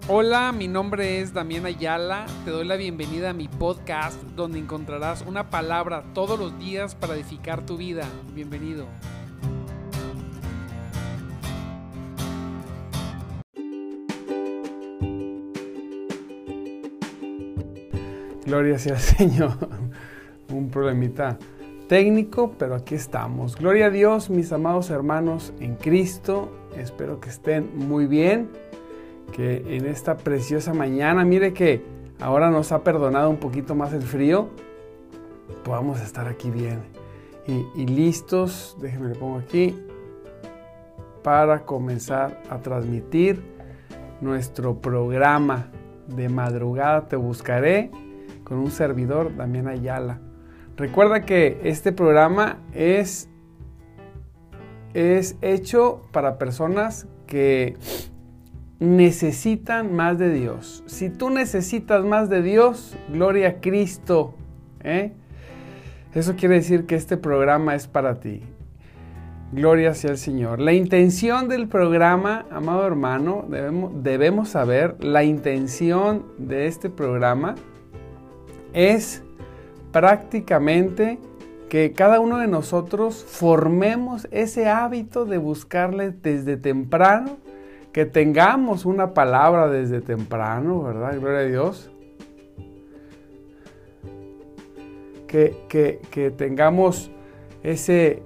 Hola, mi nombre es Damián Ayala, te doy la bienvenida a mi podcast donde encontrarás una palabra todos los días para edificar tu vida. Bienvenido. Gloria sea al Señor. Un problemita técnico, pero aquí estamos. Gloria a Dios, mis amados hermanos en Cristo. Espero que estén muy bien. Que en esta preciosa mañana, mire que ahora nos ha perdonado un poquito más el frío, podamos estar aquí bien y listos, déjenme le pongo aquí, para comenzar a transmitir nuestro programa de madrugada Te Buscaré con un servidor, Damián Ayala. Recuerda que este programa es hecho para personas que necesitan más de Dios. Si tú necesitas más de Dios, gloria a Cristo, Eso quiere decir que este programa es para ti. Gloria sea el Señor. La intención del programa, amado hermano, debemos saber, la intención de este programa es prácticamente que cada uno de nosotros formemos ese hábito de buscarle desde temprano, que tengamos una palabra desde temprano, ¿verdad? Gloria a Dios. Que tengamos ese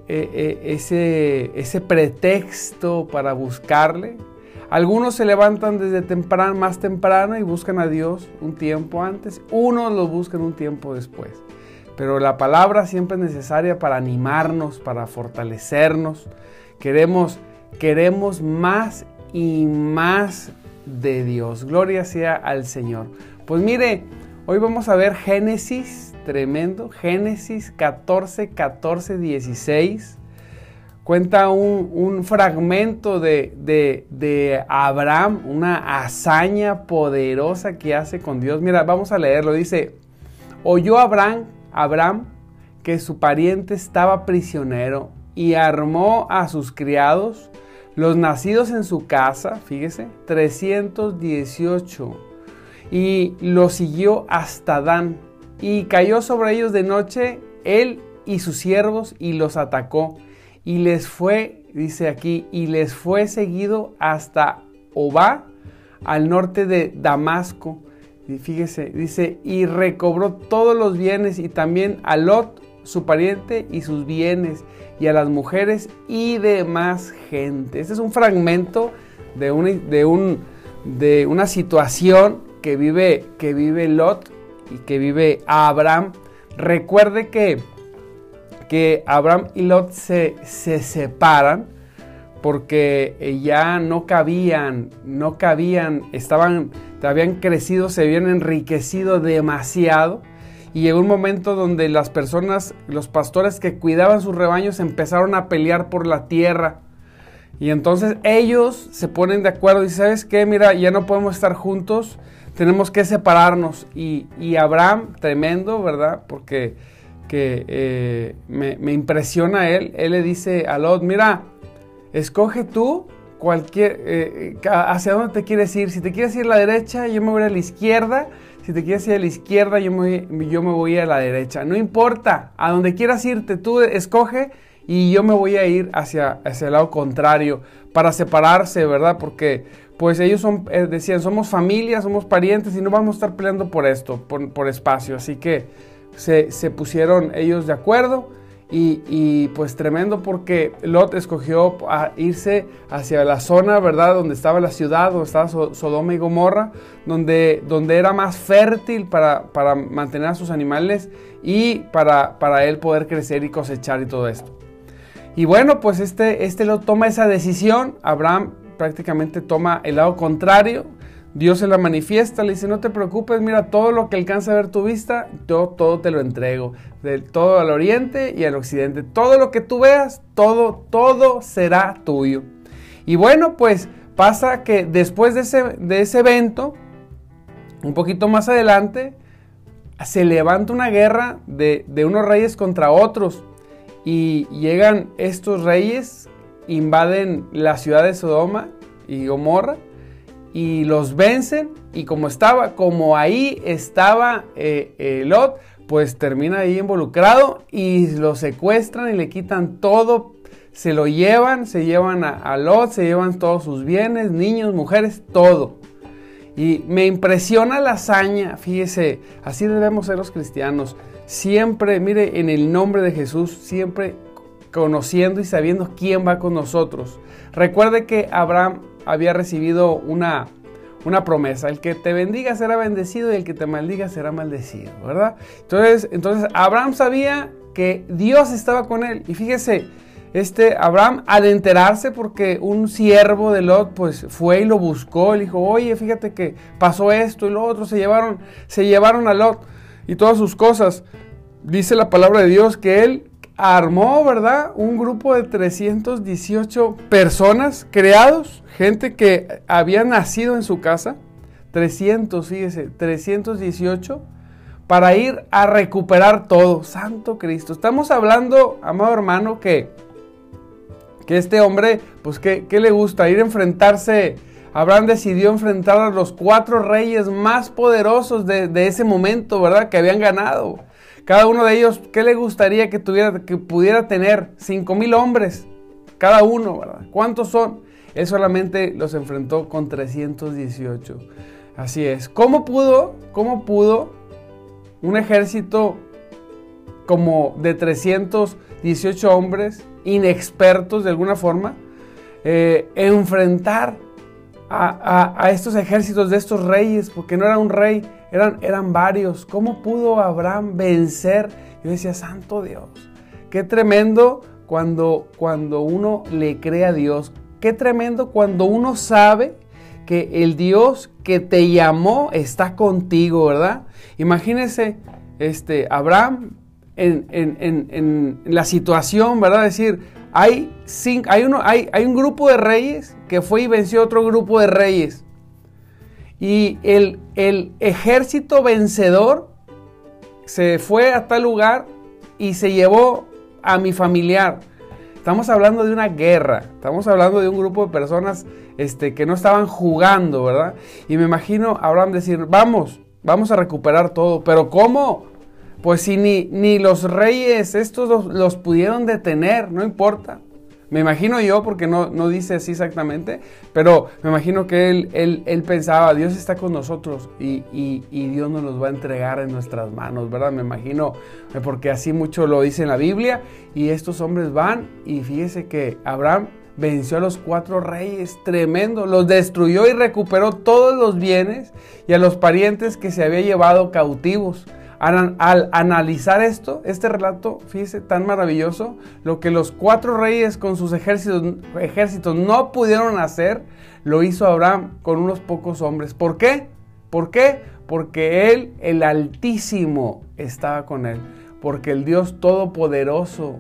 pretexto para buscarle. Algunos se levantan desde temprano, más temprano y buscan a Dios un tiempo antes. Unos lo buscan un tiempo después. Pero la palabra siempre es necesaria para animarnos, para fortalecernos. Queremos más y más de Dios. Gloria sea al Señor. Pues mire, hoy vamos a ver Génesis, tremendo. Génesis 14, 16. Cuenta un fragmento de Abraham, una hazaña poderosa que hace con Dios. Mira, vamos a leerlo. Dice, oyó Abraham que su pariente estaba prisionero y armó a sus criados, los nacidos en su casa, fíjese, 318, y los siguió hasta Dan, y cayó sobre ellos de noche, él y sus siervos, y los atacó, y les fue, dice aquí, y les fue seguido hasta Obá, al norte de Damasco, y fíjese, dice, y recobró todos los bienes, y también a Lot, su pariente, y sus bienes, y a las mujeres y demás gente. Este es un fragmento de una situación que vive Lot y que vive Abraham. Recuerde que Abraham y Lot se separan porque ya no cabían, habían crecido, se habían enriquecido demasiado. Y llegó un momento donde las personas, los pastores que cuidaban sus rebaños empezaron a pelear por la tierra. Y entonces ellos se ponen de acuerdo y dicen, ¿sabes qué? Mira, ya no podemos estar juntos, tenemos que separarnos. Y Abraham, tremendo, ¿verdad? Porque me impresiona él le dice a Lot, mira, escoge tú hacia dónde te quieres ir. Si te quieres ir a la derecha, yo me voy a la izquierda. Si te quieres ir a la izquierda, yo me voy a la derecha. No importa, a donde quieras irte, tú escoge y yo me voy a ir hacia el lado contrario para separarse, ¿verdad? Porque pues ellos decían, somos familia, somos parientes y no vamos a estar peleando por esto, por espacio. Así que se pusieron ellos de acuerdo. Y pues tremendo porque Lot escogió a irse hacia la zona, ¿verdad? Donde estaba la ciudad, donde estaba Sodoma y Gomorra, donde era más fértil para mantener a sus animales y para él poder crecer y cosechar y todo esto. Y bueno, pues este Lot toma esa decisión. Abraham prácticamente toma el lado contrario. Dios se la manifiesta, le dice, no te preocupes, mira, todo lo que alcanza a ver tu vista, yo todo te lo entrego, todo al oriente y al occidente, todo lo que tú veas, todo será tuyo. Y bueno, pues pasa que después de ese evento, un poquito más adelante, se levanta una guerra de unos reyes contra otros, y llegan estos reyes, invaden la ciudad de Sodoma y Gomorra, y los vencen, y como ahí estaba Lot, pues termina ahí involucrado y lo secuestran y le quitan todo, se llevan a Lot, se llevan todos sus bienes, niños, mujeres, todo. Y me impresiona la hazaña, fíjese, así debemos ser los cristianos, siempre, mire, en el nombre de Jesús, siempre conociendo y sabiendo quién va con nosotros. Recuerde que Abraham había recibido una promesa: el que te bendiga será bendecido y el que te maldiga será maldecido, ¿verdad? Entonces Abraham sabía que Dios estaba con él. Y fíjese, Abraham, al enterarse, porque un siervo de Lot pues fue y lo buscó, le dijo: oye, fíjate que pasó esto y lo otro, se llevaron a Lot y todas sus cosas. Dice la palabra de Dios que él armó, ¿verdad?, un grupo de 318 personas creados, gente que había nacido en su casa, 318, para ir a recuperar todo. Santo Cristo. Estamos hablando, amado hermano, que este hombre, pues, ¿qué le gusta? Ir a enfrentarse. Abraham decidió enfrentar a los 4 reyes más poderosos de ese momento, ¿verdad?, que habían ganado. Cada uno de ellos, ¿qué le gustaría que pudiera tener? 5,000 hombres, cada uno, ¿verdad? ¿Cuántos son? Él solamente los enfrentó con 318. Así es. ¿Cómo pudo un ejército como de 318 hombres, inexpertos de alguna forma, enfrentar a estos ejércitos de estos reyes? Porque no era un rey, eran varios. ¿Cómo pudo Abraham vencer? Yo decía: santo Dios, qué tremendo cuando uno le cree a Dios. Qué tremendo cuando uno sabe que el Dios que te llamó está contigo, ¿verdad? Imagínese, Abraham en la situación, ¿verdad? Es decir, hay un grupo de reyes que fue y venció a otro grupo de reyes. Y el ejército vencedor se fue a tal lugar y se llevó a mi familiar. Estamos hablando de una guerra, estamos hablando de un grupo de personas que no estaban jugando, ¿verdad? Y me imagino a Abraham decir: vamos a recuperar todo. ¿Pero cómo? Pues si ni los reyes estos los pudieron detener, no importa. Me imagino yo, porque no dice así exactamente, pero me imagino que él pensaba: Dios está con nosotros y Dios nos los va a entregar en nuestras manos, ¿verdad? Me imagino, porque así mucho lo dice en la Biblia. Y estos hombres van, y fíjese que Abraham venció a los 4 reyes, tremendo, los destruyó y recuperó todos los bienes y a los parientes que se había llevado cautivos. Al analizar este relato, fíjese, tan maravilloso, lo que los 4 reyes con sus ejércitos no pudieron hacer, lo hizo Abraham con unos pocos hombres. ¿Por qué? Porque él, el Altísimo, estaba con él. Porque el Dios Todopoderoso,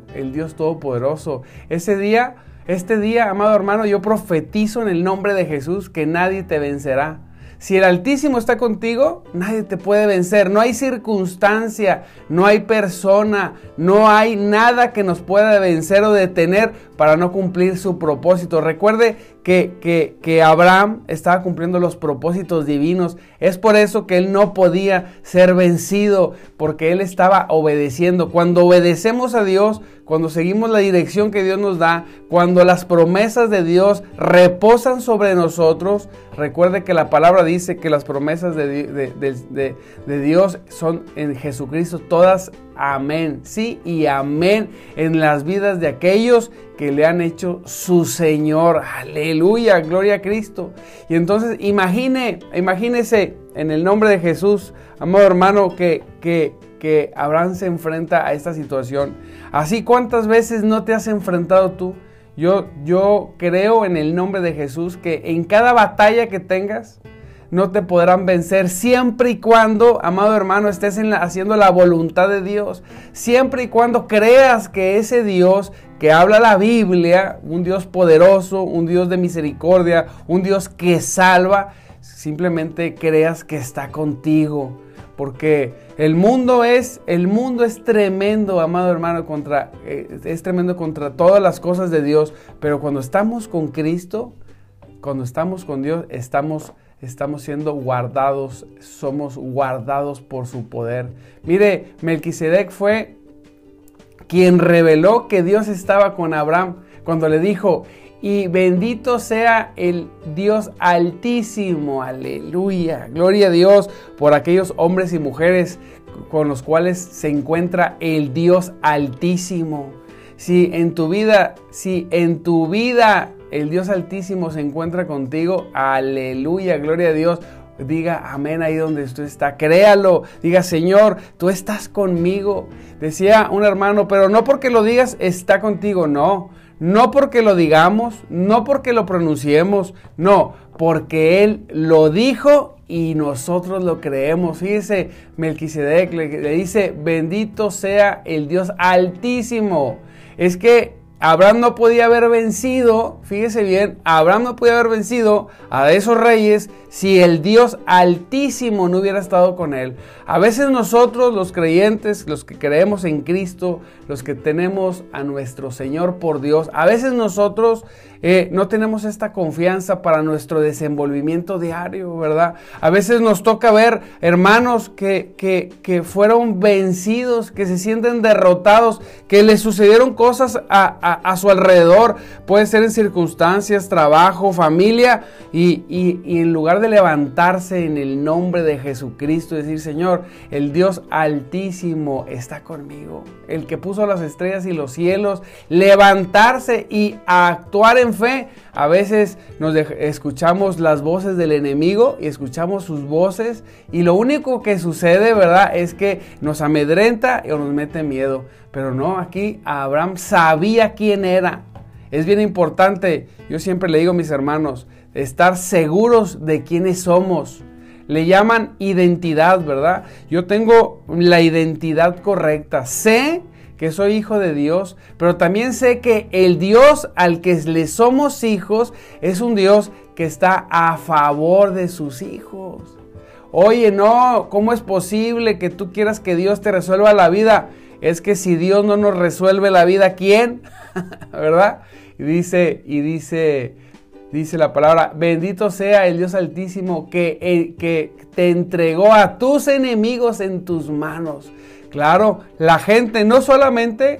este día, amado hermano, yo profetizo en el nombre de Jesús que nadie te vencerá. Si el Altísimo está contigo, nadie te puede vencer. No hay circunstancia, no hay persona, no hay nada que nos pueda vencer o detener para no cumplir su propósito. Recuerde que Abraham estaba cumpliendo los propósitos divinos. Es por eso que él no podía ser vencido, porque él estaba obedeciendo. Cuando obedecemos a Dios, cuando seguimos la dirección que Dios nos da, cuando las promesas de Dios reposan sobre nosotros, recuerde que la palabra dice que las promesas de Dios son en Jesucristo, todas amén, sí y amén, en las vidas de aquellos que le han hecho su Señor. Aleluya, gloria a Cristo. Y entonces imagínese en el nombre de Jesús, amado hermano, que Abraham se enfrenta a esta situación. Así, ¿cuántas veces no te has enfrentado tú? Yo creo en el nombre de Jesús que en cada batalla que tengas no te podrán vencer, siempre y cuando, amado hermano, estés haciendo la voluntad de Dios, siempre y cuando creas que ese Dios que habla la Biblia, un Dios poderoso, un Dios de misericordia, un Dios que salva, simplemente creas que está contigo. Porque el mundo es tremendo, amado hermano, es tremendo contra todas las cosas de Dios. Pero cuando estamos con Cristo, cuando estamos con Dios, estamos siendo guardados, somos guardados por su poder. Mire, Melquisedec fue quien reveló que Dios estaba con Abraham cuando le dijo: y bendito sea el Dios Altísimo, aleluya, gloria a Dios por aquellos hombres y mujeres con los cuales se encuentra el Dios Altísimo. Si en tu vida el Dios Altísimo se encuentra contigo, aleluya, gloria a Dios. Diga amén ahí donde usted está, créalo, diga: Señor, tú estás conmigo. Decía un hermano: pero no porque lo digas está contigo, no porque lo digamos, no porque lo pronunciemos, no, porque Él lo dijo y nosotros lo creemos. Fíjese, Melquisedec le dice: bendito sea el Dios Altísimo. Es que Abraham no podía haber vencido, fíjese bien, Abraham no podía haber vencido a esos reyes si el Dios Altísimo no hubiera estado con él. A veces nosotros, los creyentes, los que creemos en Cristo, los que tenemos a nuestro Señor por Dios, a veces nosotros no tenemos esta confianza para nuestro desenvolvimiento diario, ¿verdad? A veces nos toca ver hermanos que fueron vencidos, que se sienten derrotados, que les sucedieron cosas a su alrededor, puede ser en circunstancias, trabajo, familia, y en lugar de levantarse en el nombre de Jesucristo, decir: Señor, el Dios Altísimo está conmigo, el que puso las estrellas y los cielos, levantarse y actuar en fe. A veces escuchamos las voces del enemigo y escuchamos sus voces, y lo único que sucede, ¿verdad?, es que nos amedrenta o nos mete miedo. Pero no, aquí Abraham sabía quién era. Es bien importante, yo siempre le digo a mis hermanos, estar seguros de quiénes somos. Le llaman identidad, ¿verdad? Yo tengo la identidad correcta. Sé que soy hijo de Dios, pero también sé que el Dios al que le somos hijos es un Dios que está a favor de sus hijos. Oye, no, ¿cómo es posible que tú quieras que Dios te resuelva la vida? Es que si Dios no nos resuelve la vida, ¿quién? ¿Verdad? Y dice la palabra: bendito sea el Dios Altísimo que te entregó a tus enemigos en tus manos. Claro, la gente no solamente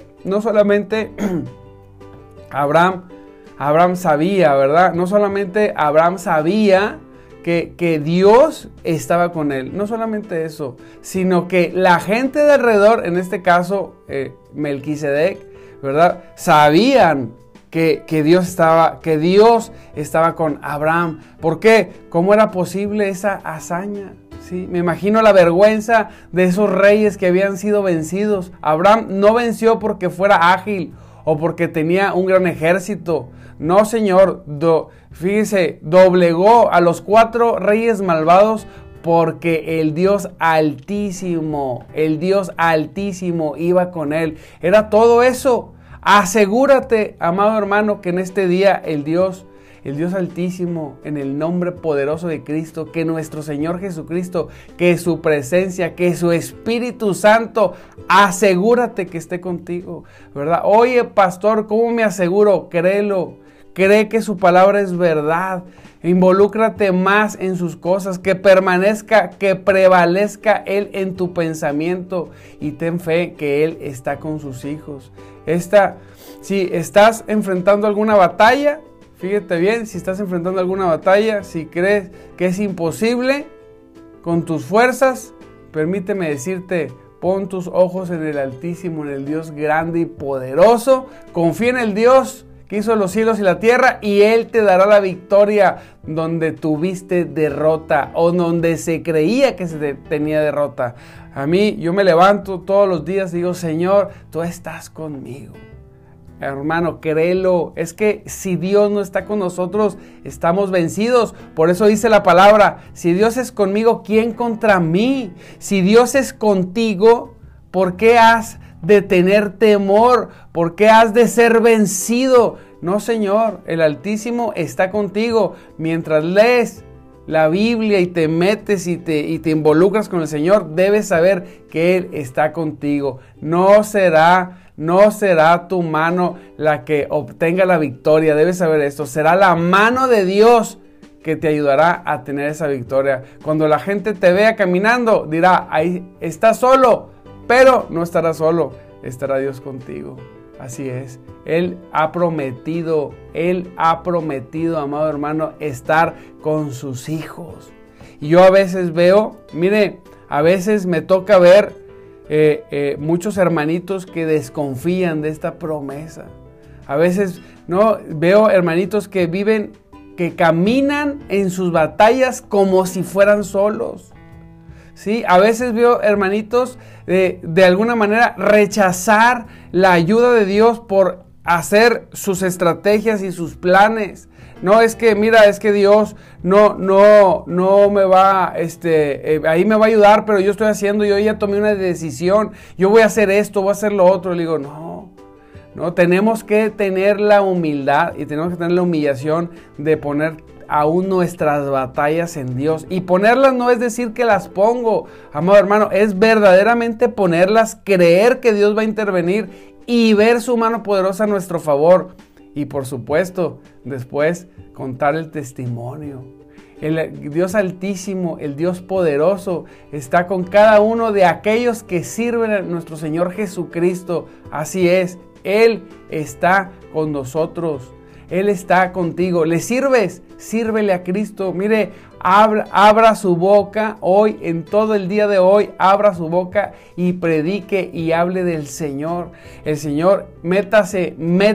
Abraham sabía, ¿verdad? No solamente Abraham sabía que Dios estaba con él, no solamente eso, sino que la gente de alrededor, en este caso Melquisedec, ¿verdad?, sabían que Dios estaba con Abraham. ¿Por qué? ¿Cómo era posible esa hazaña? Sí, me imagino la vergüenza de esos reyes que habían sido vencidos. Abraham no venció porque fuera ágil o porque tenía un gran ejército. No, Señor, fíjese, doblegó a los 4 reyes malvados porque el Dios Altísimo iba con él. Era todo eso. Asegúrate, amado hermano, que en este día el Dios Altísimo, en el nombre poderoso de Cristo, que nuestro Señor Jesucristo, que su presencia, que su Espíritu Santo, asegúrate que esté contigo, ¿verdad? Oye, pastor, ¿cómo me aseguro? Créelo, cree que su palabra es verdad. Involúcrate más en sus cosas, que prevalezca Él en tu pensamiento, y ten fe que Él está con sus hijos. Si estás enfrentando alguna batalla, fíjate bien, si estás enfrentando alguna batalla, si crees que es imposible con tus fuerzas, permíteme decirte: pon tus ojos en el Altísimo, en el Dios grande y poderoso. Confía en el Dios que hizo los cielos y la tierra, y Él te dará la victoria donde tuviste derrota o donde se creía que se tenía derrota. A mí, yo me levanto todos los días y digo: Señor, tú estás conmigo. Hermano, créelo. Es que si Dios no está con nosotros, estamos vencidos. Por eso dice la palabra: si Dios es conmigo, ¿quién contra mí? Si Dios es contigo, ¿por qué has de tener temor? ¿Por qué has de ser vencido? No, Señor, el Altísimo está contigo. Mientras lees la Biblia y te metes y te involucras con el Señor, debes saber que Él está contigo. No será No será tu mano la que obtenga la victoria. Debes saber esto. Será la mano de Dios que te ayudará a tener esa victoria. Cuando la gente te vea caminando, dirá, ahí estás solo, pero no estarás solo, estará Dios contigo. Así es. Él ha prometido, amado hermano, estar con sus hijos. Y yo a veces veo, mire, a veces me toca ver muchos hermanitos que desconfían de esta promesa. A veces no veo hermanitos que viven, que caminan en sus batallas como si fueran solos. ¿Sí? A veces veo hermanitos de alguna manera rechazar la ayuda de Dios por hacer sus estrategias y sus planes. No, es que mira, es que Dios no me va, ahí me va a ayudar, pero yo estoy haciendo, yo ya tomé una decisión, yo voy a hacer esto, voy a hacer lo otro. Le digo, no, tenemos que tener la humildad y tenemos que tener la humillación de poner aún nuestras batallas en Dios. Y ponerlas no es decir que las pongo, amado hermano, es verdaderamente ponerlas, creer que Dios va a intervenir y ver su mano poderosa a nuestro favor. Y por supuesto, después contar el testimonio. El Dios Altísimo, el Dios Poderoso, está con cada uno de aquellos que sirven a nuestro Señor Jesucristo. Así es, Él está con nosotros. Él está contigo. ¿Le sirves? Sírvele a Cristo. Mire, abra su boca hoy, en todo el día de hoy, abra su boca y predique y hable del Señor. El Señor, métase,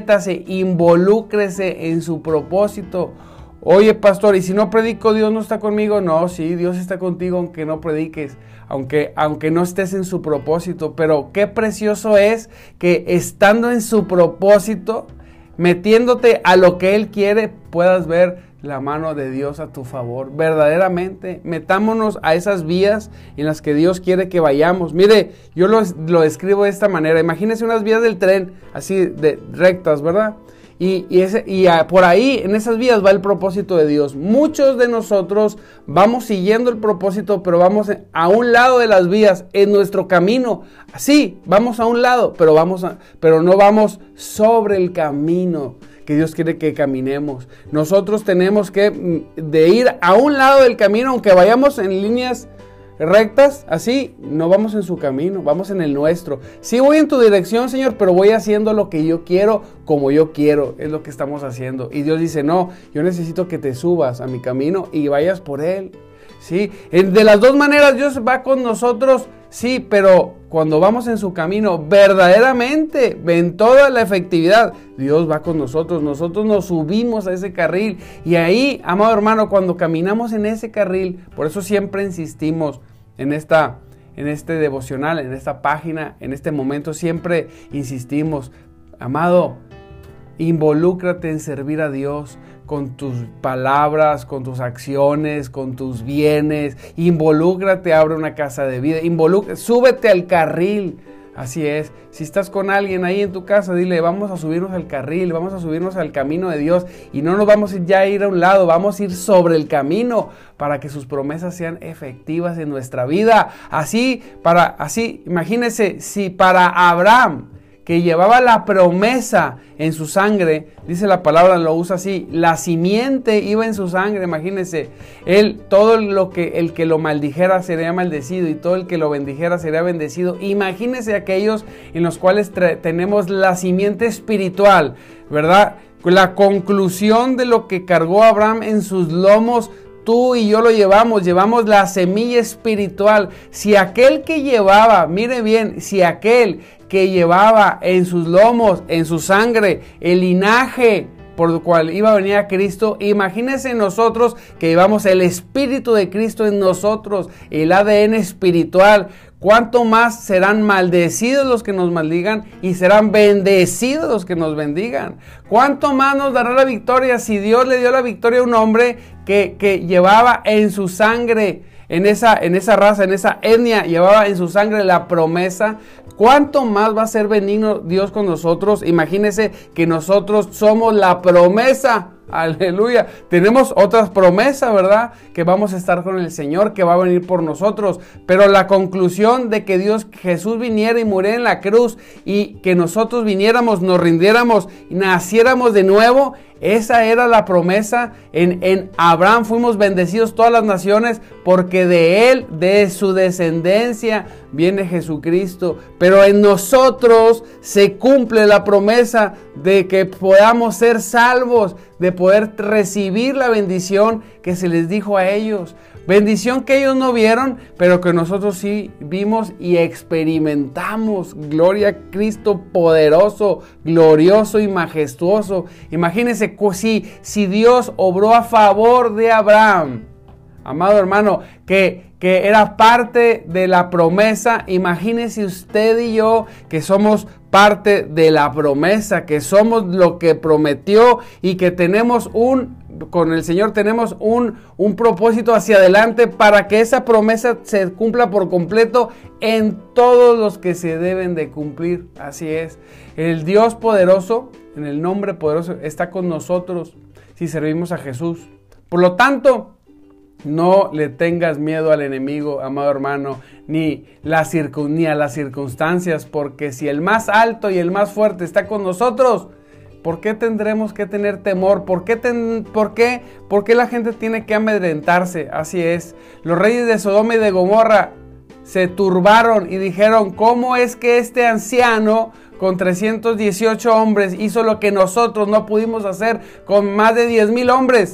involúcrese en su propósito. Oye, pastor, ¿y si no predico, Dios no está conmigo? No, sí, Dios está contigo aunque no prediques, aunque no estés en su propósito. Pero qué precioso es que estando en su propósito, metiéndote a lo que Él quiere, puedas ver la mano de Dios a tu favor. Verdaderamente, metámonos a esas vías en las que Dios quiere que vayamos. Mire, yo lo describo de esta manera. Imagínese unas vías del tren, así de rectas, ¿verdad? Y por ahí, en esas vías va el propósito de Dios. Muchos de nosotros vamos siguiendo el propósito, pero vamos a un lado de las vías, en nuestro camino. Sí, vamos a un lado, pero no vamos sobre el camino que Dios quiere que caminemos. Nosotros tenemos que ir a un lado del camino, aunque vayamos en líneas rectas, así, no vamos en su camino, vamos en el nuestro. Sí voy en tu dirección, Señor, pero voy haciendo lo que yo quiero, como yo quiero, es lo que estamos haciendo. Y Dios dice, no, yo necesito que te subas a mi camino y vayas por Él. Sí, de las dos maneras Dios va con nosotros, sí, pero cuando vamos en su camino, verdaderamente, en toda la efectividad, Dios va con nosotros nos subimos a ese carril. Y ahí, amado hermano, cuando caminamos en ese carril, por eso siempre insistimos en este devocional, en esta página, en este momento, siempre insistimos, amado, involúcrate en servir a Dios con tus palabras, con tus acciones, con tus bienes. Involúcrate, abre una casa de vida. Súbete al carril. Así es. Si estás con alguien ahí en tu casa, dile, vamos a subirnos al carril, vamos a subirnos al camino de Dios. Y no nos vamos ya a ir a un lado, vamos a ir sobre el camino para que sus promesas sean efectivas en nuestra vida. Así, imagínense, si para Abraham, que llevaba la promesa en su sangre, dice la palabra, lo usa así, la simiente iba en su sangre, imagínense, el que lo maldijera sería maldecido y todo el que lo bendijera sería bendecido. Imagínense aquellos en los cuales tenemos la simiente espiritual, ¿verdad? La conclusión de lo que cargó Abraham en sus lomos, tú y yo lo llevamos la semilla espiritual. Si aquel que llevaba, mire bien, si aquel que llevaba en sus lomos, en su sangre, el linaje por el cual iba a venir a Cristo, imagínense nosotros que llevamos el Espíritu de Cristo en nosotros, el ADN espiritual. ¿Cuánto más serán maldecidos los que nos maldigan y serán bendecidos los que nos bendigan? ¿Cuánto más nos dará la victoria si Dios le dio la victoria a un hombre que llevaba en su sangre, en esa raza, en esa etnia, llevaba en su sangre la promesa? ¿Cuánto más va a ser benigno Dios con nosotros? Imagínense que nosotros somos la promesa Aleluya. Tenemos otras promesas, ¿verdad? Que vamos a estar con el Señor, que va a venir por nosotros. Pero la conclusión de que Jesús viniera y muriera en la cruz y que nosotros viniéramos, nos rindiéramos y naciéramos de nuevo, esa era la promesa. En Abraham fuimos bendecidos todas las naciones porque de él, de su descendencia, viene Jesucristo. Pero en nosotros se cumple la promesa de que podamos ser salvos, de poder recibir la bendición que se les dijo a ellos. Bendición que ellos no vieron, pero que nosotros sí vimos y experimentamos. Gloria a Cristo poderoso, glorioso y majestuoso. Imagínense si Dios obró a favor de Abraham, amado hermano, que era parte de la promesa. Imagínese usted y yo que somos parte de la promesa, que somos lo que prometió y que tenemos con el Señor tenemos un propósito hacia adelante para que esa promesa se cumpla por completo en todos los que se deben de cumplir. Así es. El Dios poderoso, en el nombre poderoso, está con nosotros si servimos a Jesús. Por lo tanto, no le tengas miedo al enemigo, amado hermano, ni a las circunstancias, porque si el más alto y el más fuerte está con nosotros, ¿por qué tendremos que tener temor? ¿Por qué la gente tiene que amedrentarse? Así es. Los reyes de Sodoma y de Gomorra se turbaron y dijeron, ¿cómo es que este anciano con 318 hombres hizo lo que nosotros no pudimos hacer con más de 10,000 hombres?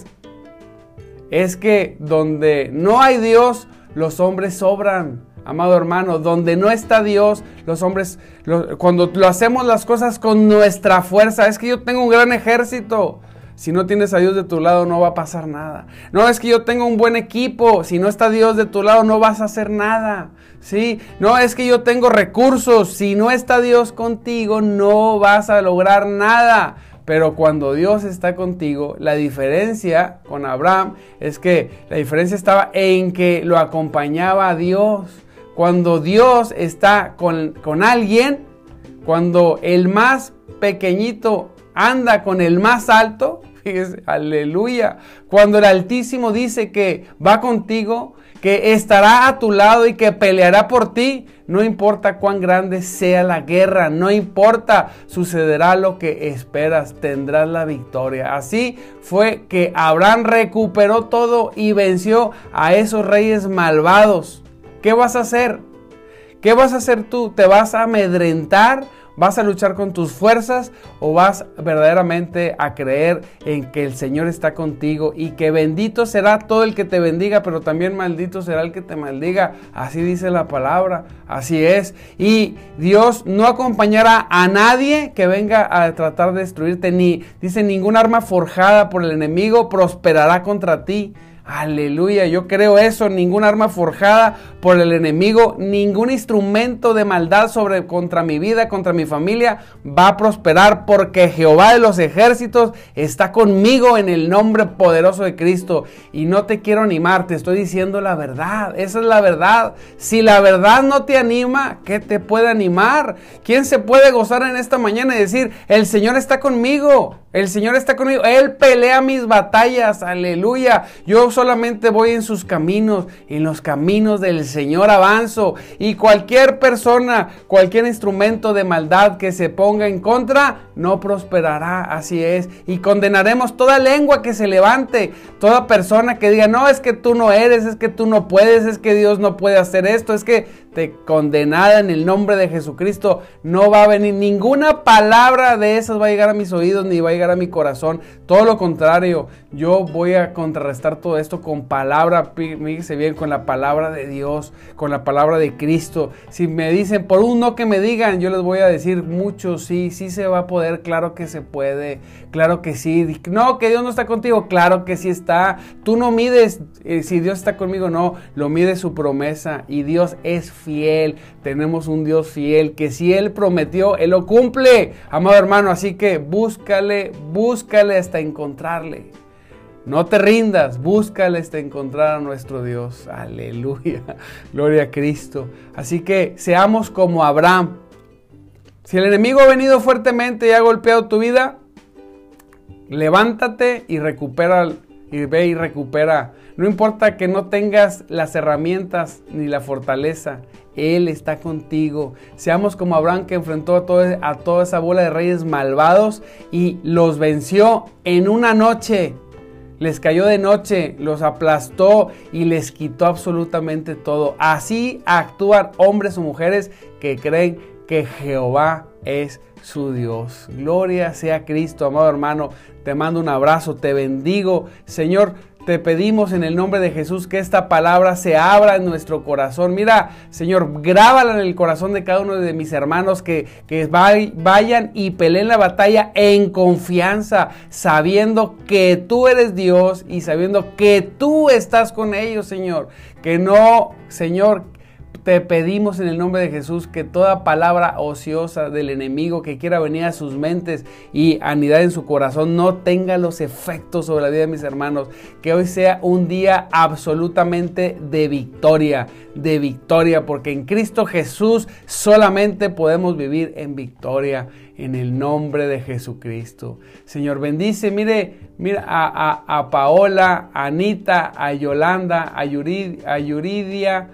Es que donde no hay Dios, los hombres sobran, amado hermano. Donde no está Dios, los hombres, cuando lo hacemos las cosas con nuestra fuerza, es que yo tengo un gran ejército. Si no tienes a Dios de tu lado, no va a pasar nada. No, es que yo tengo un buen equipo. Si no está Dios de tu lado, no vas a hacer nada. ¿Sí? No, es que yo tengo recursos. Si no está Dios contigo, no vas a lograr nada. Pero cuando Dios está contigo, la diferencia con Abraham es que la diferencia estaba en que lo acompañaba a Dios. Cuando Dios está con alguien, cuando el más pequeñito anda con el más alto, fíjese, aleluya. Cuando el Altísimo dice que va contigo, que estará a tu lado y que peleará por ti, no importa cuán grande sea la guerra, no importa, sucederá lo que esperas, tendrás la victoria. Así fue que Abraham recuperó todo y venció a esos reyes malvados. ¿Qué vas a hacer? ¿Qué vas a hacer tú? ¿Te vas a amedrentar? ¿Vas a luchar con tus fuerzas o vas verdaderamente a creer en que el Señor está contigo y que bendito será todo el que te bendiga, pero también maldito será el que te maldiga? Así dice la palabra, así es. Y Dios no acompañará a nadie que venga a tratar de destruirte, dice, ningún arma forjada por el enemigo prosperará contra ti. Aleluya, yo creo eso. Ningún arma forjada por el enemigo, ningún instrumento de maldad contra mi vida, contra mi familia va a prosperar, porque Jehová de los ejércitos está conmigo en el nombre poderoso de Cristo. Y no te quiero animar, te estoy diciendo la verdad. Esa es la verdad. Si la verdad no te anima, ¿qué te puede animar? ¿Quién se puede gozar en esta mañana y decir, el Señor está conmigo? El Señor está conmigo, Él pelea mis batallas, aleluya. Yo solamente voy en sus caminos, en los caminos del Señor avanzo. Y cualquier persona, cualquier instrumento de maldad que se ponga en contra, no prosperará, así es. Y condenaremos toda lengua que se levante, toda persona que diga, no, es que tú no eres, es que tú no puedes, es que Dios no puede hacer esto, es que condenada en el nombre de Jesucristo. No va a venir ninguna palabra de esas, va a llegar a mis oídos, ni va a llegar a mi corazón. Todo lo contrario, yo voy a contrarrestar todo esto con palabra, fíjese bien, con la palabra de Dios, con la palabra de Cristo. Si me dicen, por un no que me digan, yo les voy a decir mucho sí, sí se va a poder, claro que se puede, claro que sí. No, que Dios no está contigo, claro que sí está. Tú no mides si Dios está conmigo, no, lo mide su promesa, y Dios es fiel. Tenemos un Dios fiel, que si Él prometió, Él lo cumple, amado hermano. Así que búscale hasta encontrarle. No te rindas, búscale hasta encontrar a nuestro Dios. Aleluya, gloria a Cristo. Así que seamos como Abraham. Si el enemigo ha venido fuertemente y ha golpeado tu vida, Levántate y recupera, y ve y recupera. No importa que no tengas las herramientas ni la fortaleza, Él está contigo. Seamos como Abraham, que enfrentó a toda esa bola de reyes malvados y los venció en una noche. Les cayó de noche, los aplastó y les quitó absolutamente todo. Así actúan hombres o mujeres que creen que Jehová es su Dios. Gloria sea Cristo, amado hermano. Te mando un abrazo, te bendigo. Señor, te pedimos en el nombre de Jesús que esta palabra se abra en nuestro corazón. Mira, Señor, grábala en el corazón de cada uno de mis hermanos que vayan y peleen la batalla en confianza, sabiendo que tú eres Dios y sabiendo que tú estás con ellos, Señor. Que no, Señor, te pedimos en el nombre de Jesús que toda palabra ociosa del enemigo que quiera venir a sus mentes y anidar en su corazón no tenga los efectos sobre la vida de mis hermanos. Que hoy sea un día absolutamente de victoria, porque en Cristo Jesús solamente podemos vivir en victoria, en el nombre de Jesucristo. Señor, bendice, mira a Paola, a Anita, a Yolanda, a Yuridia,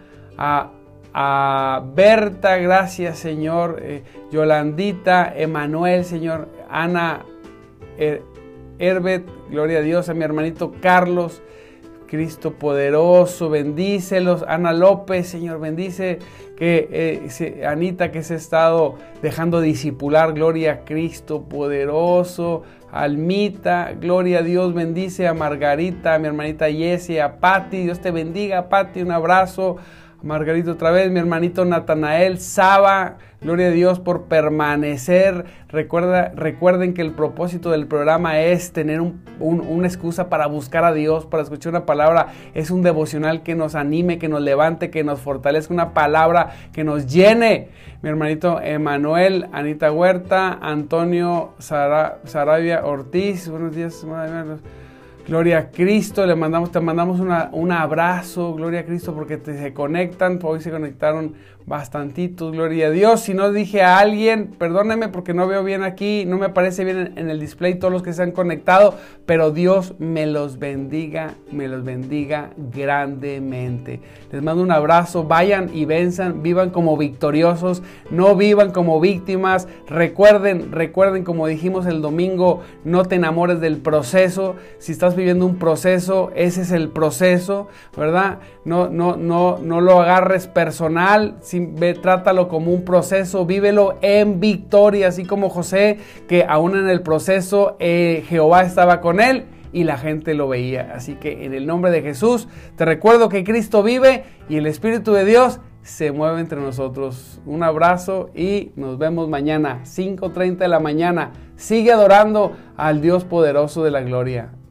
a Berta, gracias Señor, Yolandita, Emanuel, Señor, Ana, Herbet, gloria a Dios, a mi hermanito Carlos, Cristo poderoso, bendícelos, Ana López, Señor, bendice, Anita que se ha estado dejando discipular, gloria a Cristo poderoso, Almita, gloria a Dios, bendice a Margarita, a mi hermanita Jessie, a Patti, Dios te bendiga, Patti, un abrazo. Margarito otra vez, mi hermanito Natanael, Saba, gloria a Dios por permanecer. Recuerden que el propósito del programa es tener una excusa para buscar a Dios, para escuchar una palabra. Es un devocional que nos anime, que nos levante, que nos fortalezca, una palabra que nos llene. Mi hermanito Emanuel, Anita Huerta, Antonio Sarabia Ortiz, buenos días, gloria a Cristo, te mandamos un abrazo, gloria a Cristo, porque se conectan, hoy se conectaron bastantitos, gloria a Dios. Si no dije a alguien, perdónenme porque no veo bien aquí, no me aparece bien en el display todos los que se han conectado, pero Dios me los bendiga grandemente. Les mando un abrazo, vayan y venzan, vivan como victoriosos, no vivan como víctimas. Recuerden como dijimos el domingo, no te enamores del proceso. Si estás viviendo un proceso, ese es el proceso, ¿verdad? No lo agarres personal, trátalo como un proceso, vívelo en victoria, así como José, que aún en el proceso Jehová estaba con él y la gente lo veía. Así que en el nombre de Jesús te recuerdo que Cristo vive y el Espíritu de Dios se mueve entre nosotros. Un abrazo y nos vemos mañana, 5:30 de la mañana. Sigue adorando al Dios poderoso de la gloria.